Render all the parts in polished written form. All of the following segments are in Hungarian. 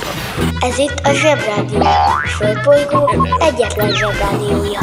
Ez itt a Zsebrádió, a Földbolygó egyetlen Zsebrádiója.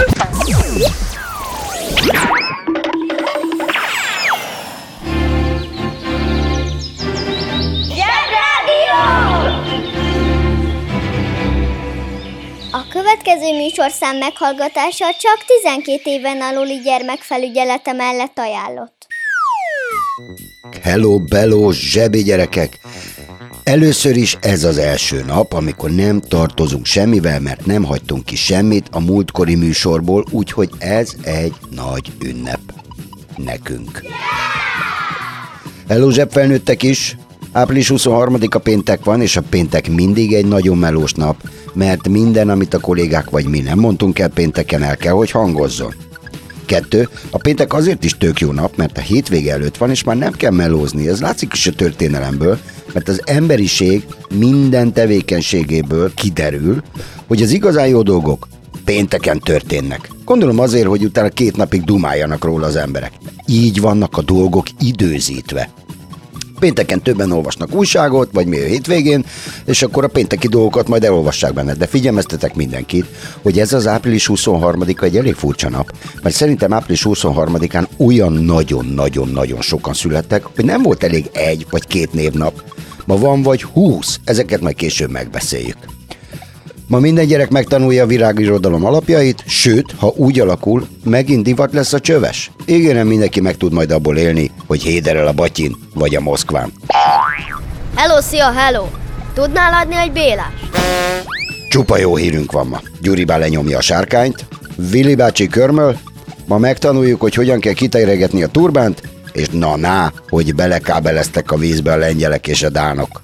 A következő műsorszám meghallgatása csak 12 éven aluli gyermekfelügyelete mellett ajánlott. Hello, bello, zsebi gyerekek! Először is ez az első nap, amikor nem tartozunk semmivel, mert nem hagytunk ki semmit a múltkori műsorból, úgyhogy ez egy nagy ünnep nekünk. Hello, zsebfelnőttek is! Április 23-a péntek van, és a péntek mindig egy nagyon melós nap, mert minden, amit a kollégák vagy mi nem mondtunk el pénteken, el kell, hogy hangozzon. 2. A péntek azért is tök jó nap, mert a hétvége előtt van, és már nem kell melózni. Ez látszik is a történelemből, mert az emberiség minden tevékenységéből kiderül, hogy az igazán jó dolgok pénteken történnek. Gondolom azért, hogy utána 2 napig dumáljanak róla az emberek. Így vannak a dolgok időzítve. Pénteken többen olvasnak újságot, vagy mi a hétvégén, és akkor a pénteki dolgokat majd elolvassák benne. De figyelmeztetek mindenkit, hogy ez az április 23-a egy elég furcsa nap, mert szerintem április 23-án olyan nagyon-nagyon-nagyon sokan születtek, hogy nem volt elég 1 vagy 2 névnap. Ma van vagy 20, ezeket majd később megbeszéljük. Ma minden gyerek megtanulja a világirodalom alapjait, sőt, ha úgy alakul, megint divat lesz a csöves. Ígérem, mindenki meg tud majd abból élni, hogy héderel a Batyin vagy a Moszkván. Hello, szia, hello! Tudnál adni egy Bélást? Csupa jó hírünk van ma. Gyuribá lenyomja a sárkányt, Vili bácsi körmöl, ma megtanuljuk, hogy hogyan kell kiteregetni a turbánt, és na, hogy belekábeleztek a vízbe a lengyelek és a dánok.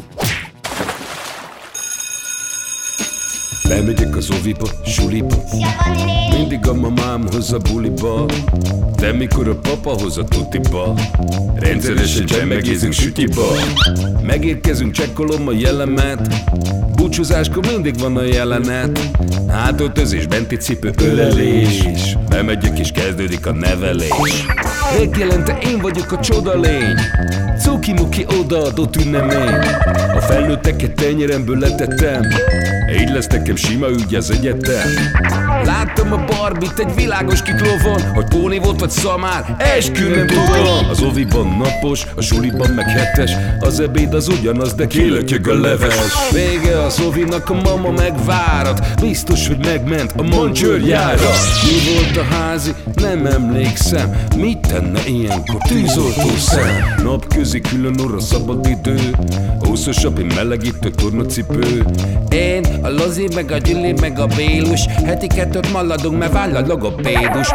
Bemegyek az oviba, suliba, mindig a mamám hoz a buliba, de mikor a papa hoz a tutiba, rendszeresen csemmegézünk sütiba. Megérkezünk, csekkolom a jellemet, búcsúzáskor mindig van a jelenet, hátöltözés, benti cipő, ölelés, bemegyek és kezdődik a nevelés. Megjelente én vagyok a csoda lény, cuki-muki odaadott ünnemény, a felnőtteket tenyeremből letettem, így lesz nekem sima ügy az egyetem. Láttam a Barbit egy világos kiklovon, hogy Póni volt vagy szamár, eskü nem tudom. Az oviban napos, a suliban meg 7-es, az ebéd az ugyanaz, de kilötyög a leves. Vége az ovinak, a mama megvárat, biztos, hogy megment a mancsőrjára. Mi volt a házi? Nem emlékszem, mit tenne ilyenkor tűzoltó szem? Napközi külön orra szabad idő, húszosabb, én melegítő tornacipő. Én, a Lozi, meg a Gyüli, meg a Bélus, heti 2 maladunk, mert váll a logopédus.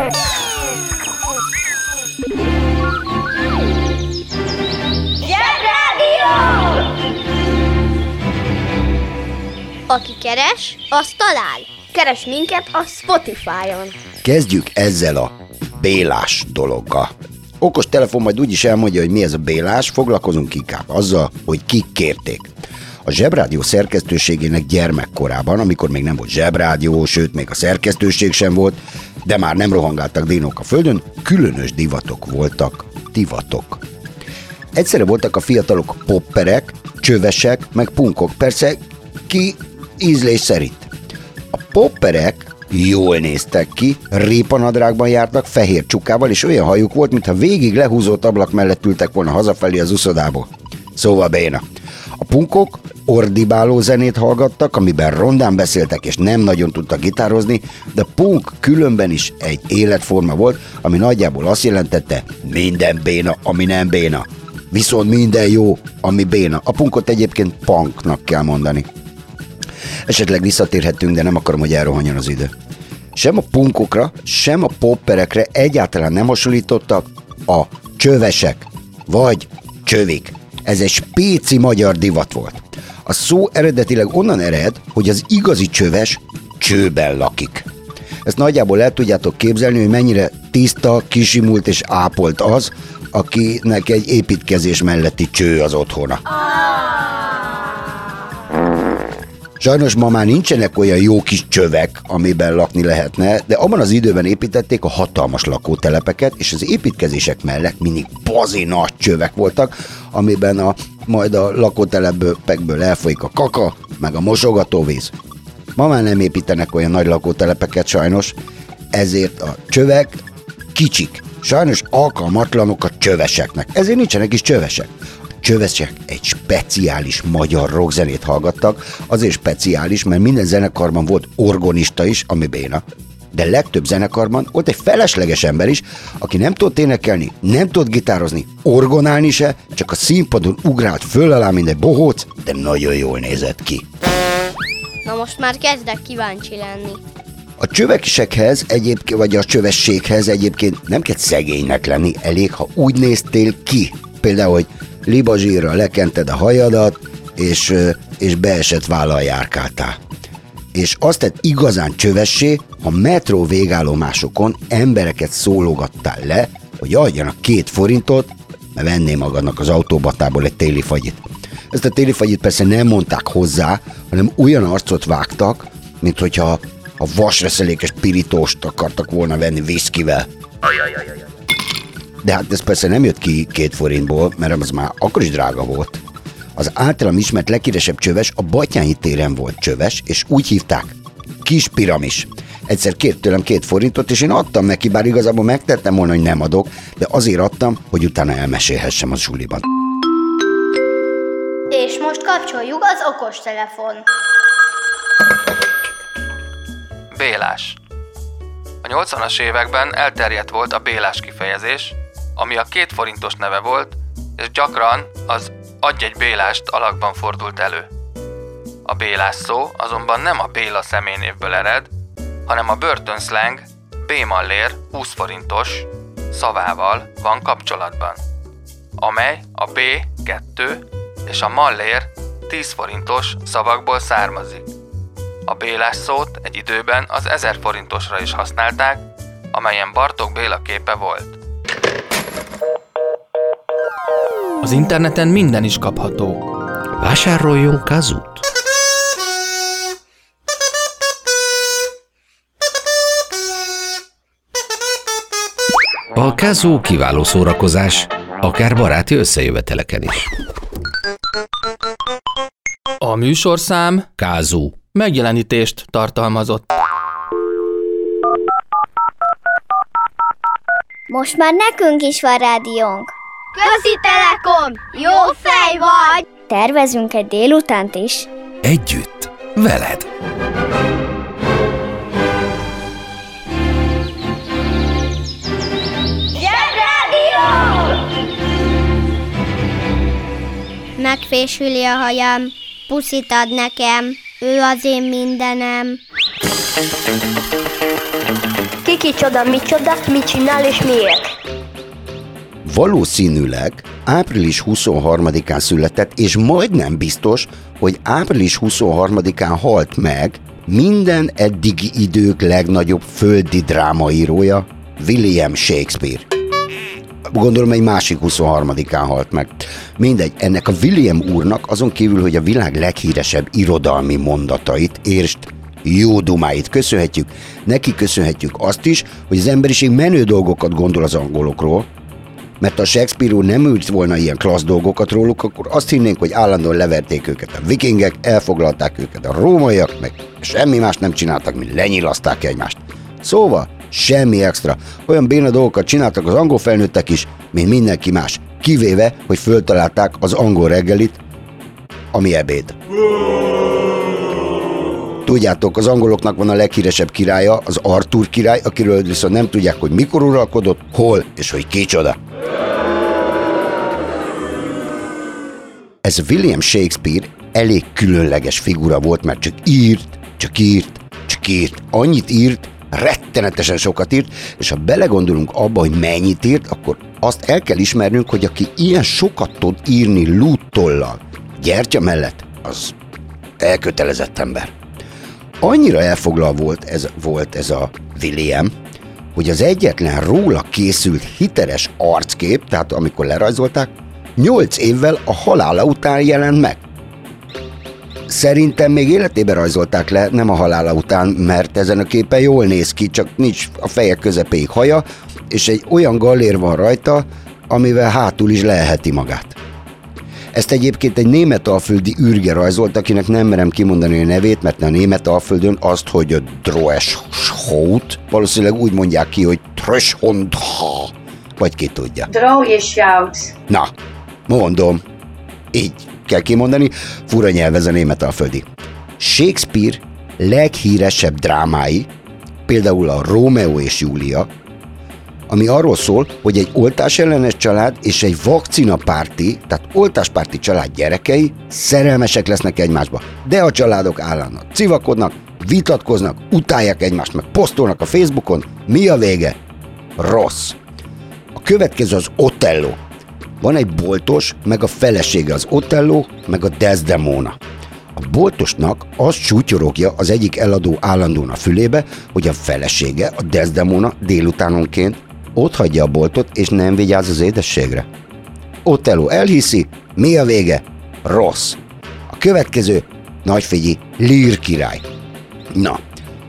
Zsebrádió! Aki keres, az talál. Keres minket a Spotify-on. Kezdjük ezzel a Bélás dologgal. Okos telefon majd úgyis elmondja, hogy mi ez a Bélás, foglalkozunk inkább azzal, hogy kik kérték. A Zsebrádió szerkesztőségének gyermekkorában, amikor még nem volt Zsebrádió, sőt, még a szerkesztőség sem volt, de már nem rohangáltak dinók a földön, különös divatok voltak, divatok. Egyszerre voltak a fiatalok popperek, csövesek, meg punkok, persze ki ízlés szerint. A popperek jól néztek ki, répanadrágban jártak, fehér csukával, és olyan hajuk volt, mintha végig lehúzott ablak mellett ültek volna hazafelé az uszodából. Szóval béna. A punkok ordibáló zenét hallgattak, amiben rondán beszéltek és nem nagyon tudtak gitározni, de punk különben is egy életforma volt, ami nagyjából azt jelentette, minden béna, ami nem béna. Viszont minden jó, ami béna. A punkot egyébként punknak kell mondani. Esetleg visszatérhetünk, de nem akarom, hogy elrohanjon az idő. Sem a punkokra, sem a popperekre egyáltalán nem hasonlítottak a csövesek, vagy csövik. Ez egy spéci magyar divat volt. A szó eredetileg onnan ered, hogy az igazi csöves csőben lakik. Ezt nagyjából el tudjátok képzelni, hogy mennyire tiszta, kisimult és ápolt az, akinek egy építkezés melletti cső az otthona. Sajnos ma már nincsenek olyan jó kis csövek, amiben lakni lehetne, de abban az időben építették a hatalmas lakótelepeket, és az építkezések mellett mindig bazi nagy csövek voltak, amiben a majd a lakótelepekből elfolyik a kaka, meg a mosogatóvíz. Ma már nem építenek olyan nagy lakótelepeket sajnos, ezért a csövek kicsik. Sajnos alkalmatlanok a csöveseknek, ezért nincsenek is csövesek. A csövesek egy speciális magyar rockzenét hallgattak, azért speciális, mert minden zenekarban volt orgonista is, ami béna. De legtöbb zenekarban volt egy felesleges ember is, aki nem tudott énekelni, nem tudott gitározni, orgonálni se, csak a színpadon ugrált föl alá, mint egy bohóc, de nagyon jól nézett ki. Na most már kezdek kíváncsi lenni. A csövesekhez egyébként, vagy a csövességhez egyébként nem kell szegénynek lenni, elég, ha úgy néztél ki. Például, hogy libazsírra lekented a hajadat, és beesett vállal járkáltál. És azt tett igazán csövessé, ha metró végállomásokon embereket szólogattál le, hogy adjanak 2 forintot, mert venné magadnak az autóbatából egy téli fagyit. Ezt a téli fagyit persze nem mondták hozzá, hanem olyan arcot vágtak, mint hogyha a vasreszelékes pirítóst akartak volna venni viszkivel. De hát ez persze nem jött ki 2 forintból, mert az már akkor is drága volt. Az általam ismert leghíresebb csöves a Batthyány téren volt csöves, és úgy hívták, Kis Piramis. Egyszer kért tőlem 2 forintot, és én adtam neki, bár igazából megtettem volna, hogy nem adok, de azért adtam, hogy utána elmesélhessem a suliban. És most kapcsoljuk az okostelefon. Bélás. A 80-as években elterjedt volt a bélás kifejezés, ami a 2 forintos neve volt, és gyakran az adj egy bélást alakban fordult elő. A bélás szó azonban nem a Béla személynévből ered, hanem a börtönszleng B-mallér 20 forintos szavával van kapcsolatban, amely a B 2 és a mallér 10 forintos szavakból származik. A bélás szót egy időben az 1000 forintosra is használták, amelyen Bartók Béla képe volt. Az interneten minden is kapható. Vásároljon Kazut! A Kazoo kiváló szórakozás, akár baráti összejöveteleken is. A műsorszám Kazoo megjelenítést tartalmazott. Most már nekünk is van rádiónk. Köszi Telekom! Jó fej vagy! Tervezünk egy délutánt is. együtt, veled. Megfésüli a hajam, puszit ad nekem, ő az én mindenem. Ki kicsoda, micsoda, mit csinál és miért? Valószínűleg április 23-án született, és majdnem biztos, hogy április 23-án halt meg minden eddigi idők legnagyobb földi drámaírója, William Shakespeare. Gondolom egy másik 23-án halt meg. Mindegy, ennek a William úrnak azon kívül, hogy a világ leghíresebb irodalmi mondatait, értsd, jó dumáit köszönhetjük, neki köszönhetjük azt is, hogy az emberiség menő dolgokat gondol az angolokról, mert ha Shakespeare úr nem írt volna ilyen klassz dolgokat róluk, akkor azt hinnénk, hogy állandóan leverték őket a vikingek, elfoglalták őket a rómaiak, meg semmi más nem csináltak, mint lenyilaszták egymást. Szóval semmi extra. Olyan béna dolgokat csináltak az angol felnőttek is, mint mindenki más. Kivéve, hogy föltalálták az angol reggelit, ami ebéd. Tudjátok, az angoloknak van a leghíresebb királya, az Arthur király, akiről viszont nem tudják, hogy mikor uralkodott, hol és hogy kicsoda. Ez William Shakespeare elég különleges figura volt, mert csak írt. Annyit írt, rettenetesen sokat írt, és ha belegondolunk abba, hogy mennyit írt, akkor azt el kell ismernünk, hogy aki ilyen sokat tud írni lúttollal gyertya mellett, az elkötelezett ember. Annyira elfoglalva volt ez a William, hogy az egyetlen róla készült hiteles arckép, tehát amikor lerajzolták, 8 évvel a halála után jelent meg. Szerintem még életében rajzolták le, nem a halála után, mert ezen a képen jól néz ki, csak nincs a feje közepéig haja, és egy olyan gallér van rajta, amivel hátul is leelheti magát. Ezt egyébként egy németalföldi űrge rajzolt, akinek nem merem kimondani a nevét, mert a Németalföldön azt, hogy a Droeschhout, valószínűleg úgy mondják ki, hogy Tröschondha, vagy ki tudja. Droeschhout. Na, mondom, így kell kimondani, fura nyelv ez a németalföldi. Shakespeare leghíresebb drámái, például a Rómeó és Júlia, ami arról szól, hogy egy oltásellenes család és egy vakcinapárti, tehát oltáspárti család gyerekei szerelmesek lesznek egymásba. De a családok állandóan civakodnak, vitatkoznak, utálják egymást, meg posztolnak a Facebookon. Mi a vége? Rossz. A következő az Otello. Van egy boltos, meg a felesége az Otello, meg a Desdemona. A boltosnak azt sútyorogja az egyik eladó állandóan a fülébe, hogy a felesége, a Desdemona délutánonként ott hagyja a boltot, és nem vigyáz az édességre. Otello elhiszi, mi a vége? Rossz. A következő, nagyfigyi, Lear király. Na,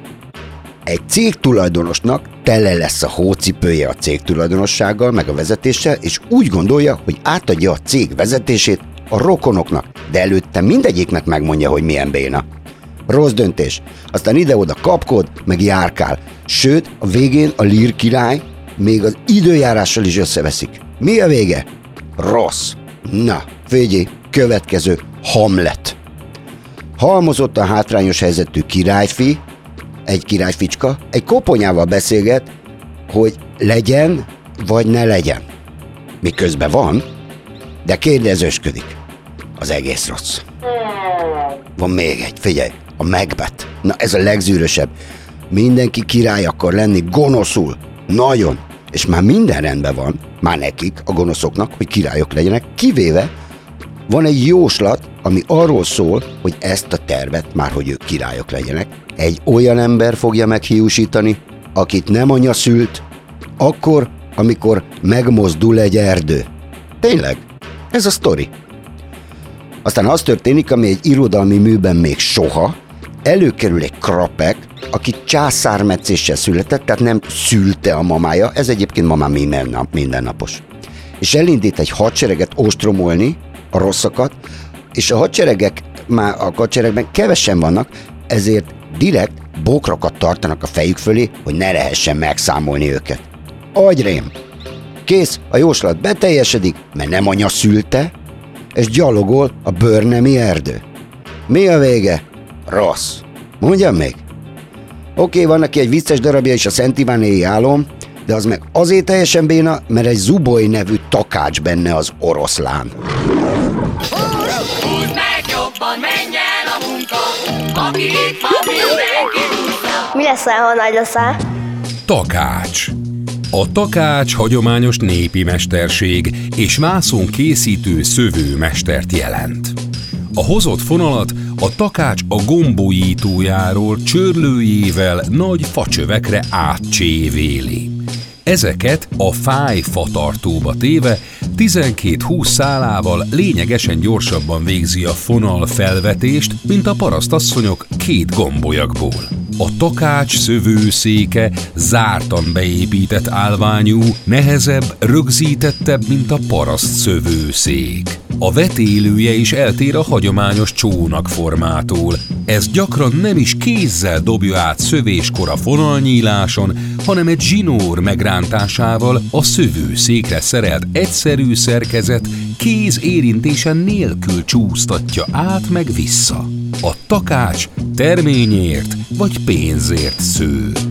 egy cégtulajdonosnak tele lesz a hócipője a cégtulajdonossággal, meg a vezetéssel, és úgy gondolja, hogy átadja a cég vezetését a rokonoknak, de előtte mindegyiknek megmondja, hogy milyen béna. Rossz döntés. Aztán ide-oda kapkod, meg járkál. Sőt, a végén a Lear király még az időjárással is összeveszik. Mi a vége? Rossz. Na, figyelj, következő, Hamlet. Halmozott a hátrányos helyzetű királyfi, egy királyficska, egy koponyával beszélget, hogy legyen, vagy ne legyen. Miközben van, de kérdezősködik. Az egész rossz. Van még egy, figyelj, a Macbeth. Na, ez a legzűrösebb. Mindenki király akar lenni, gonoszul. Nagyon. És már minden rendben van, már nekik, a gonoszoknak, hogy királyok legyenek, kivéve van egy jóslat, ami arról szól, hogy ezt a tervet, már hogy ők királyok legyenek, egy olyan ember fogja meghiúsítani, akit nem anya szült, akkor, amikor megmozdul egy erdő. Tényleg, ez a sztori. Aztán az történik, ami egy irodalmi műben még soha, előkerül egy krapek, aki császármetszéssel született, tehát nem szülte a mamája, ez egyébként ma már mindennapos. És elindít egy hadsereget ostromolni, a rosszakat, és a hadseregben kevesen vannak, ezért direkt bokrakat tartanak a fejük fölé, hogy ne lehessen megszámolni őket. Agyrém! Kész, a jóslat beteljesedik, mert nem anya szülte, és gyalogol a bőrnemi erdő. Mi a vége? Rossz. Mondjam még? Oké, van neki egy vicces darabja is, a Szent Ivánéi álom, de az meg azért teljesen béna, mert egy Zuboly nevű takács benne az oroszlán. Húzd meg jobban, menj el a munka, aki itt van, mindenki húzza. Mi leszel, ha nagy leszel? Takács. A takács hagyományos népi mesterség és vászon készítő szövőmestert jelent. A hozott fonalat a takács a gombójítójáról csörlőjével nagy facsövekre átcsévéli. Ezeket a fájfatartóba téve 12-20 szálával lényegesen gyorsabban végzi a fonal felvetést, mint a parasztasszonyok 2 gombolyagból. A takács szövőszéke zártan beépített állványú, nehezebb, rögzítettebb, mint a paraszt szövőszék. A vetélője is eltér a hagyományos csónakformától. Ez gyakran nem is kézzel dobja át szövéskor a fonalnyíláson, hanem egy zsinór megrántásával a szövőszékre szerelt egyszerű szerkezet kéz érintése nélkül csúsztatja át meg vissza. A takács terményért vagy pénzért szőtt.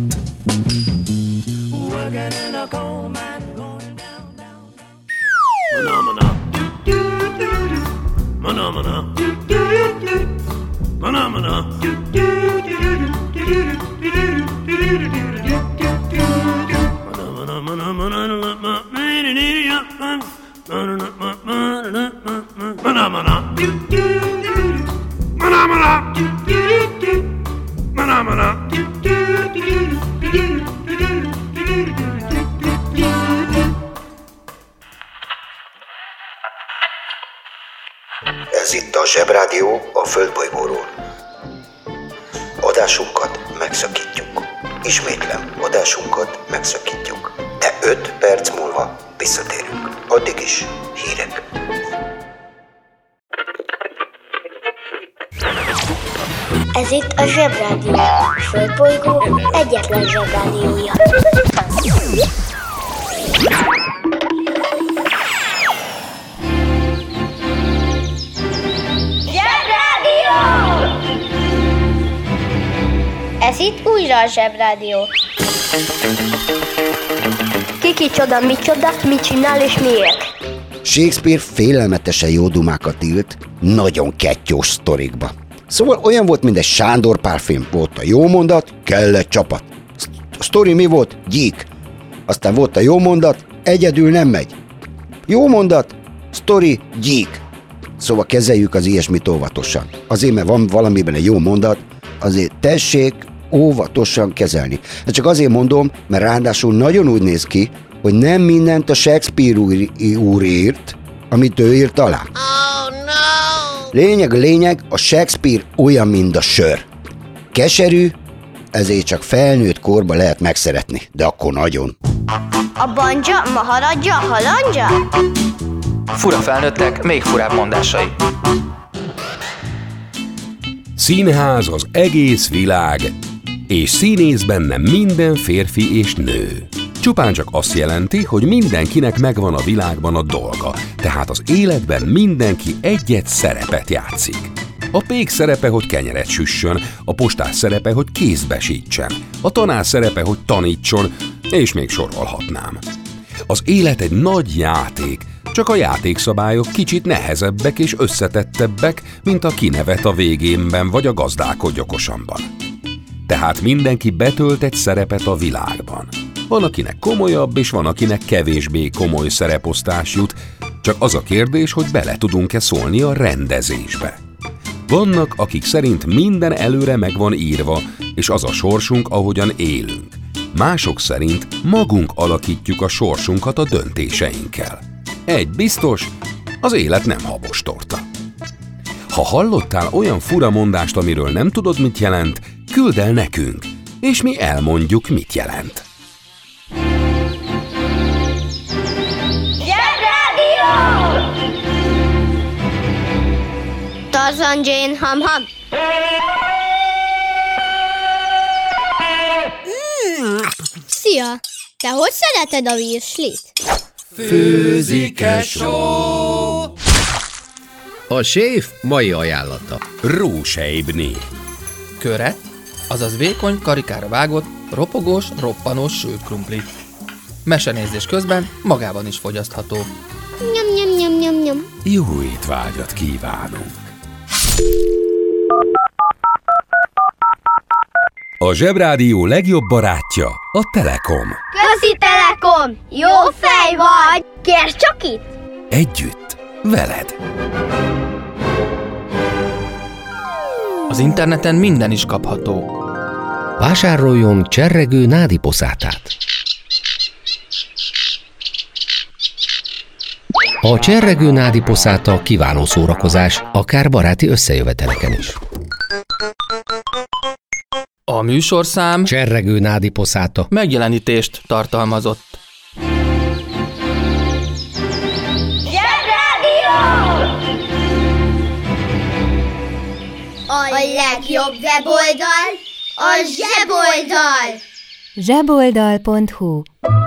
Ez itt a Zsebrádió a Földbolygóról. Adásunkat megszakítjuk. Ismétlem, adásunkat megszakítjuk. De 5 perc múlva visszatérünk. Addig is hírek. Ez itt a Zsebrádió, a Földbolygó egyetlen Zsebrádiója. Zsebrádió! Ez itt újra a Zsebrádió. Kicsoda, micsoda, mit csinál és miért? Shakespeare félelmetesen jó dumákat írt nagyon kettyós sztorikba. Szóval olyan volt, mint egy Sándor Pál film. Volt a jó mondat, kellett csapat. A sztori mi volt? Gyík. Aztán volt a jó mondat, egyedül nem megy. Jó mondat, sztori, gyík. Szóval kezeljük az ilyesmit óvatosan. Azért, mert van valamiben egy jó mondat, azért tessék óvatosan kezelni. De csak azért mondom, mert ráadásul nagyon úgy néz ki, hogy nem mindent a Shakespeare úr írt, amit ő írt alá. Oh, no! Lényeg, a Shakespeare olyan, mint a sör. Keserű, ezért csak felnőtt korba lehet megszeretni, de akkor nagyon. A banja, maharadja, halandja? Fura felnőttek, még furább mondásai. Színház az egész világ, és színész benne minden férfi és nő. Csupán csak azt jelenti, hogy mindenkinek megvan a világban a dolga, tehát az életben mindenki egy-egy szerepet játszik. A pék szerepe, hogy kenyeret süssön, a postás szerepe, hogy kézbe sítsen, a tanár szerepe, hogy tanítson, és még sorolhatnám. Az élet egy nagy játék, csak a játékszabályok kicsit nehezebbek és összetettebbek, mint a kinevet a végénben vagy a gazdálkodj okosanban. Tehát mindenki betölt egy szerepet a világban. Van, akinek komolyabb, és van, akinek kevésbé komoly szereposztás jut, csak az a kérdés, hogy bele tudunk-e szólni a rendezésbe. Vannak, akik szerint minden előre meg van írva, és az a sorsunk, ahogyan élünk. Mások szerint magunk alakítjuk a sorsunkat a döntéseinkkel. Egy biztos, az élet nem habostorta. Ha hallottál olyan fura mondást, amiről nem tudod, mit jelent, küldd el nekünk, és mi elmondjuk, mit jelent. Zsebrádió! Tarzan, Jane, ham-ham. Szia! Te hogy szereted a virslit? Főzik-e só? A séf mai ajánlata. Rósejbné. Köret, azaz vékony, karikára vágott, ropogós, roppanós sült krumpli. Mesenézés közben magában is fogyasztható. Nyom. Jó étvágyat kívánunk! A Zsebrádió legjobb barátja a Telekom. Köszi, Telekom! Jó fej vagy! Kérd csak itt! Együtt, veled. Az interneten minden is kapható. Vásároljon cserregő nádiposzátát. A cserregő nádiposzáta kiváló szórakozás, akár baráti összejöveteleken is. A műsorszám Cserregő nádiposzáta megjelenítést tartalmazott. Zsebrádió! A legjobb weboldal a Zseboldal! Zseboldal.hu.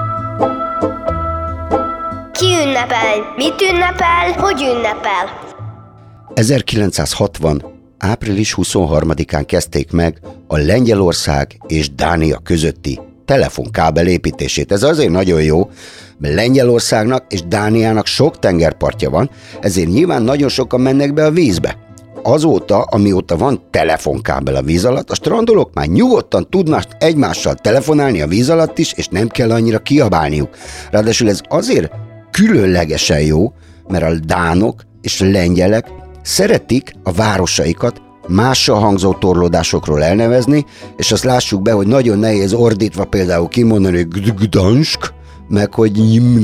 Ki ünnepel? Mit ünnepel? Hogy ünnepel? 1960. április 23-án kezdték meg a Lengyelország és Dánia közötti telefonkábel építését. Ez azért nagyon jó, mert Lengyelországnak és Dániának sok tengerpartja van, ezért nyilván nagyon sokan mennek be a vízbe. Azóta, amióta van telefonkábel a víz alatt, a strandolók már nyugodtan tudnak egymással telefonálni a víz alatt is, és nem kell annyira kiabálniuk. Ráadásul ez azért különlegesen jó, mert a dánok és a lengyelek szeretik a városaikat mással hangzó torlódásokról elnevezni, és azt lássuk be, hogy nagyon nehéz ordítva például kimondani, hogy Gdansk, meg hogy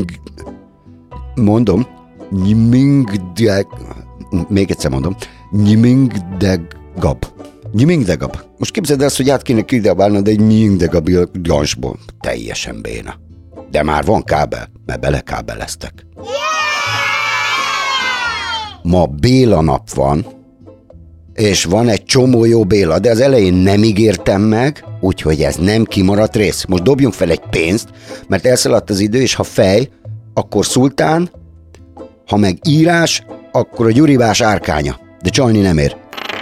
még egyszer mondom, Nyimingdegab. Most képzeld azt, hogy át kéne kiabálnod, de egy Nyimingdegab Gdanskból. Teljesen béna. De már van kábel, mert belekábeleztek. Ma Béla nap van, és van egy csomó jó Béla, de az elején nem ígértem meg, úgyhogy ez nem kimaradt rész. Most dobjunk fel egy pénzt, mert elszaladt az idő, és ha fej, akkor szultán, ha meg írás, akkor a gyuribás árkánya. De csalni nem ér.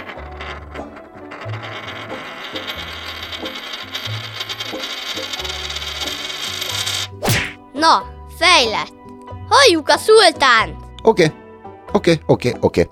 Na, fejlett. Halljuk a szultánt. Oké.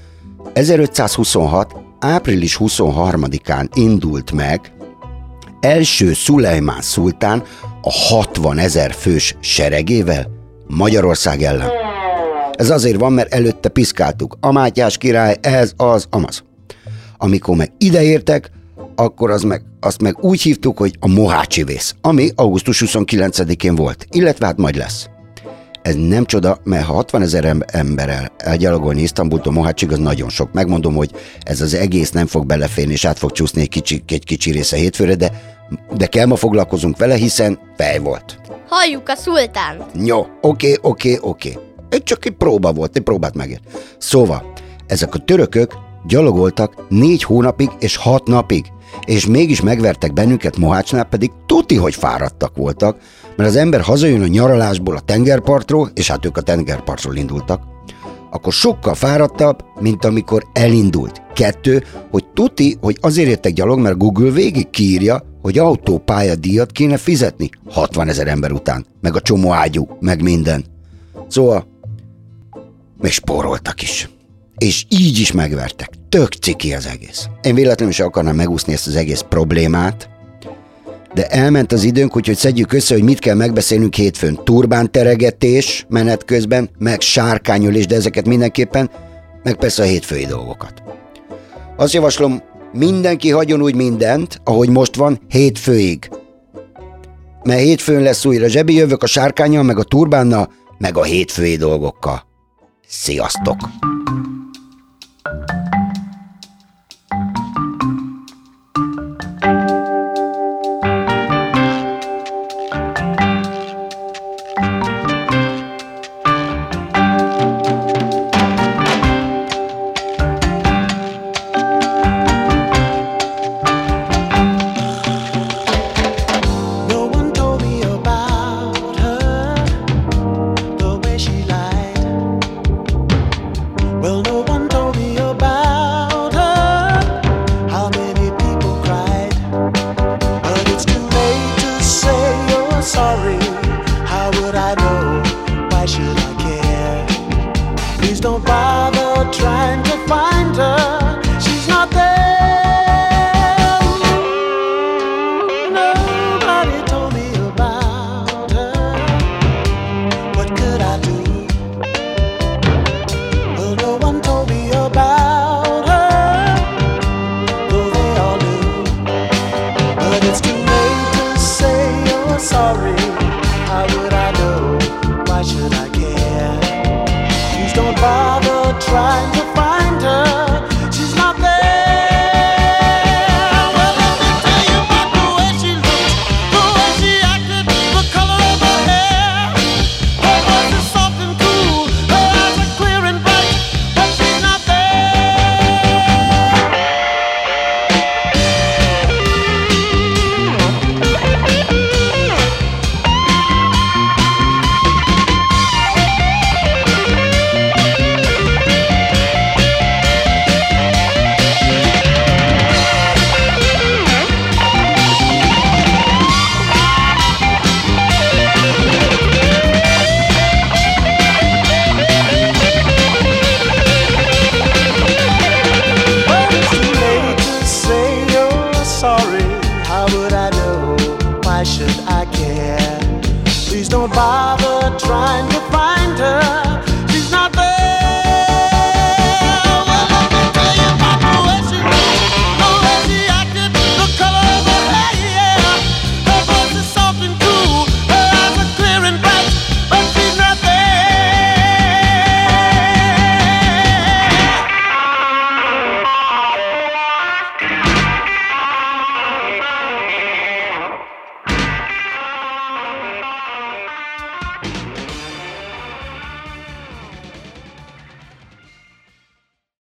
1526. április 23-án indult meg első Szulejmán szultán a 60 000 fős seregével Magyarország ellen. Ez azért van, mert előtte piszkáltuk. A Mátyás király, ez, az, amaz. Amikor meg ideértek, akkor azt meg úgy hívtuk, hogy a Mohácsi vész, ami augusztus 29-én volt, illetve hát majd lesz. Ez nem csoda, mert ha 60 000 emberrel elgyalogolni Isztambultól Mohácsig, az nagyon sok. Megmondom, hogy ez az egész nem fog beleférni, és át fog csúszni egy kicsi része hétfőre, de kell ma foglalkozunk vele, hiszen fej volt. Halljuk a szultánt. Jó, oké. Ez csak egy próba volt, egy próbát megér. Szóval, ezek a törökök gyalogoltak 4 hónapig és 6 napig, és mégis megvertek bennünket Mohácsnál, pedig tuti, hogy fáradtak voltak, mert az ember hazajön a nyaralásból a tengerpartról, és hát ők a tengerpartról indultak, akkor sokkal fáradtabb, mint amikor elindult. 2, hogy tuti, hogy azért jöttek gyalog, mert Google végig kiírja, hogy autópályadíjat kéne fizetni 60 000 ember után, meg a csomó ágyú, meg minden. Szóval még spóroltak is. És így is megvertek. Tök ciki az egész. Én véletlenül sem akarnám megúszni ezt az egész problémát, de elment az időnk, úgyhogy szedjük össze, hogy mit kell megbeszélnünk hétfőn. Turbánteregetés menet közben, meg sárkányölés, de ezeket mindenképpen, meg persze a hétfői dolgokat. Azt javaslom, mindenki hagyjon úgy mindent, ahogy most van, hétfőig. Mert hétfőn lesz újra zsebi, jövök a sárkánnyal, meg a turbánnal, meg a hétfői dolgokkal. Sziasztok!